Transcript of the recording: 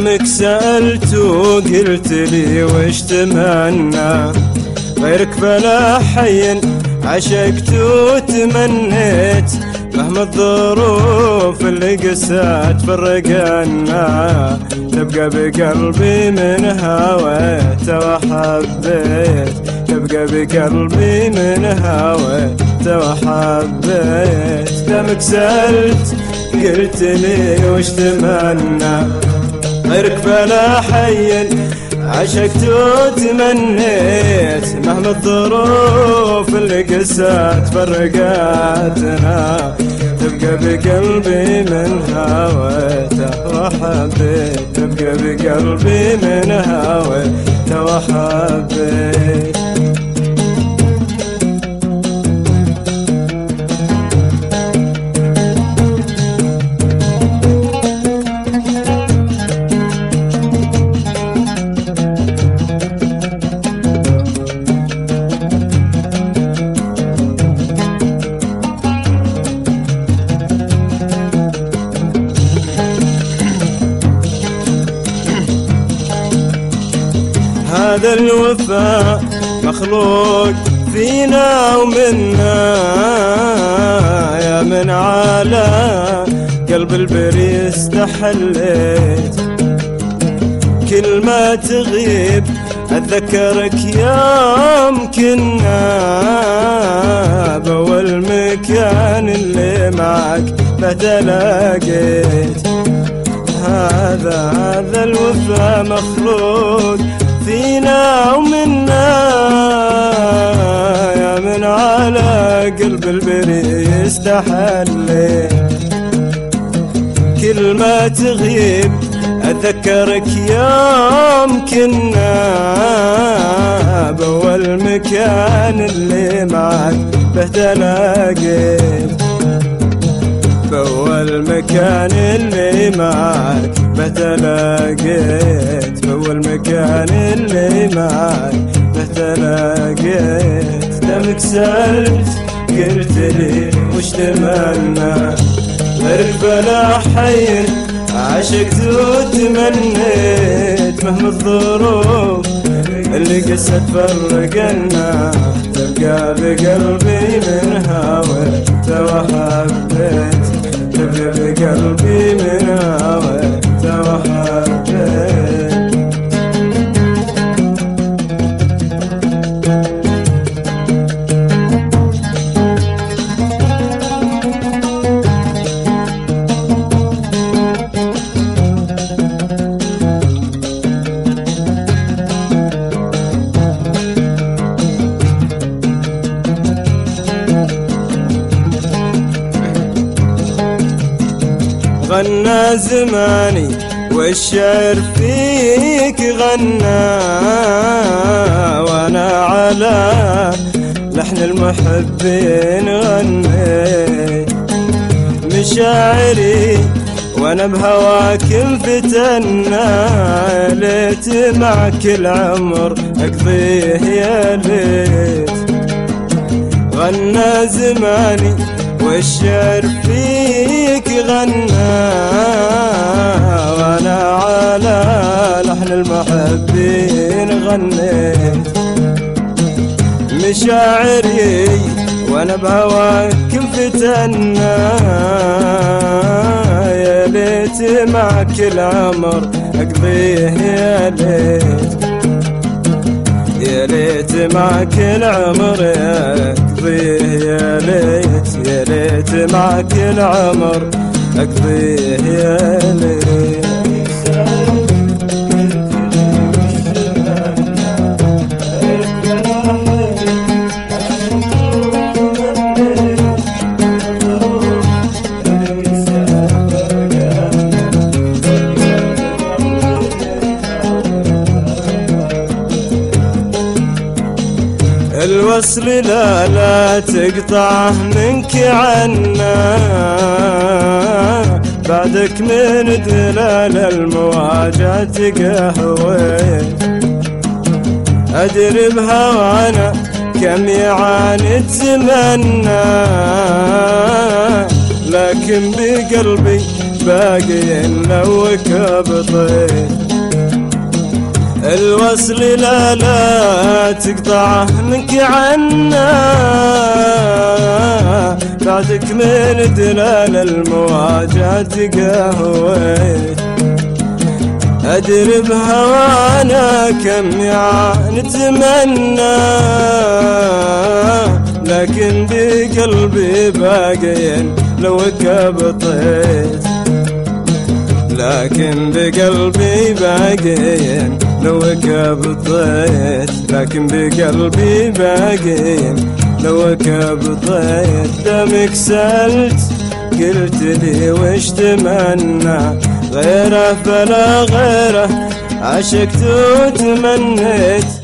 دامك سألت وقلت لي وش تمنى، غيرك فلا حي عشقت وتمنيت، مهما الظروف اللي قست فرقنا، تبقى بقلبي من هويت وحبيت، تبقى بقلبي من هويت وحبيت. دامك سألت قلت لي وش تمنى، غيرك فلا حي عشقت وتمنيت، مهما الظروف اللي قست فرقاتنا، تبقى بقلبي من هويته وحبيت، تبقى بقلبي من هويته وحبيت. هذا الوفاء مخلوق فينا ومنا، يا من على قلب البري استحليت، كل ما تغيب أتذكرك يوم كنا، بأول مكان اللي معك فتلاقيت. هذا الوفاء مخلوق فينا ومنا، يا من على قلب البري استحليت، كل ما تغيب أتذكرك يوم كنا، بأول مكان اللي معك به تلاقيت، بأول مكان اللي معك به تلاقيت، بأول مكان اللي معك به تلاقيت. دامك سألت قلت لي وش تمنى، غيرك فلا حي عشقت وتمنيت، مهما الظروف اللي قست فرقنا، تبقى بقلبي من هويته وحبيت، تبقى بقلبي من هويته وحبيت. غنى زماني والشعر فيك غنى، وانا على لحن المحبين غنيت، مشاعري وانا بهواك انفتنا، ليت معك العمر اقضيه يا ليت. غنى زماني والشعر فيك غنى، وانا على لحن المحبين غنيت، مشاعري وانا بهواك انفتنا، يا ليت معك العمر اقضيه يا ليت، يا ليت معك العمر اقضيه يا ليت، يا ليت معك العمر اقضيه يا ليت. الوصل لا تقطعه منك عنا، بعدك من دلال المواجهة تقهوي، أدري بهوانا كم يعاني تمنى، لكن بقلبي باقي لو كبطيت. الوصل لا تقطعه منك عنا، بعدك من دلال المواجهة تقهويت. أدري بهوانا كم نتمنى، لكن بقلبي باقين لو كبطيت. لكن بقلبي باقين لو كبطيت. لكن بقلبي باقين لو كبطيت. دمك سألت قلت لي وش تمنى، غيره فلا غيره عشقت وتمنيت.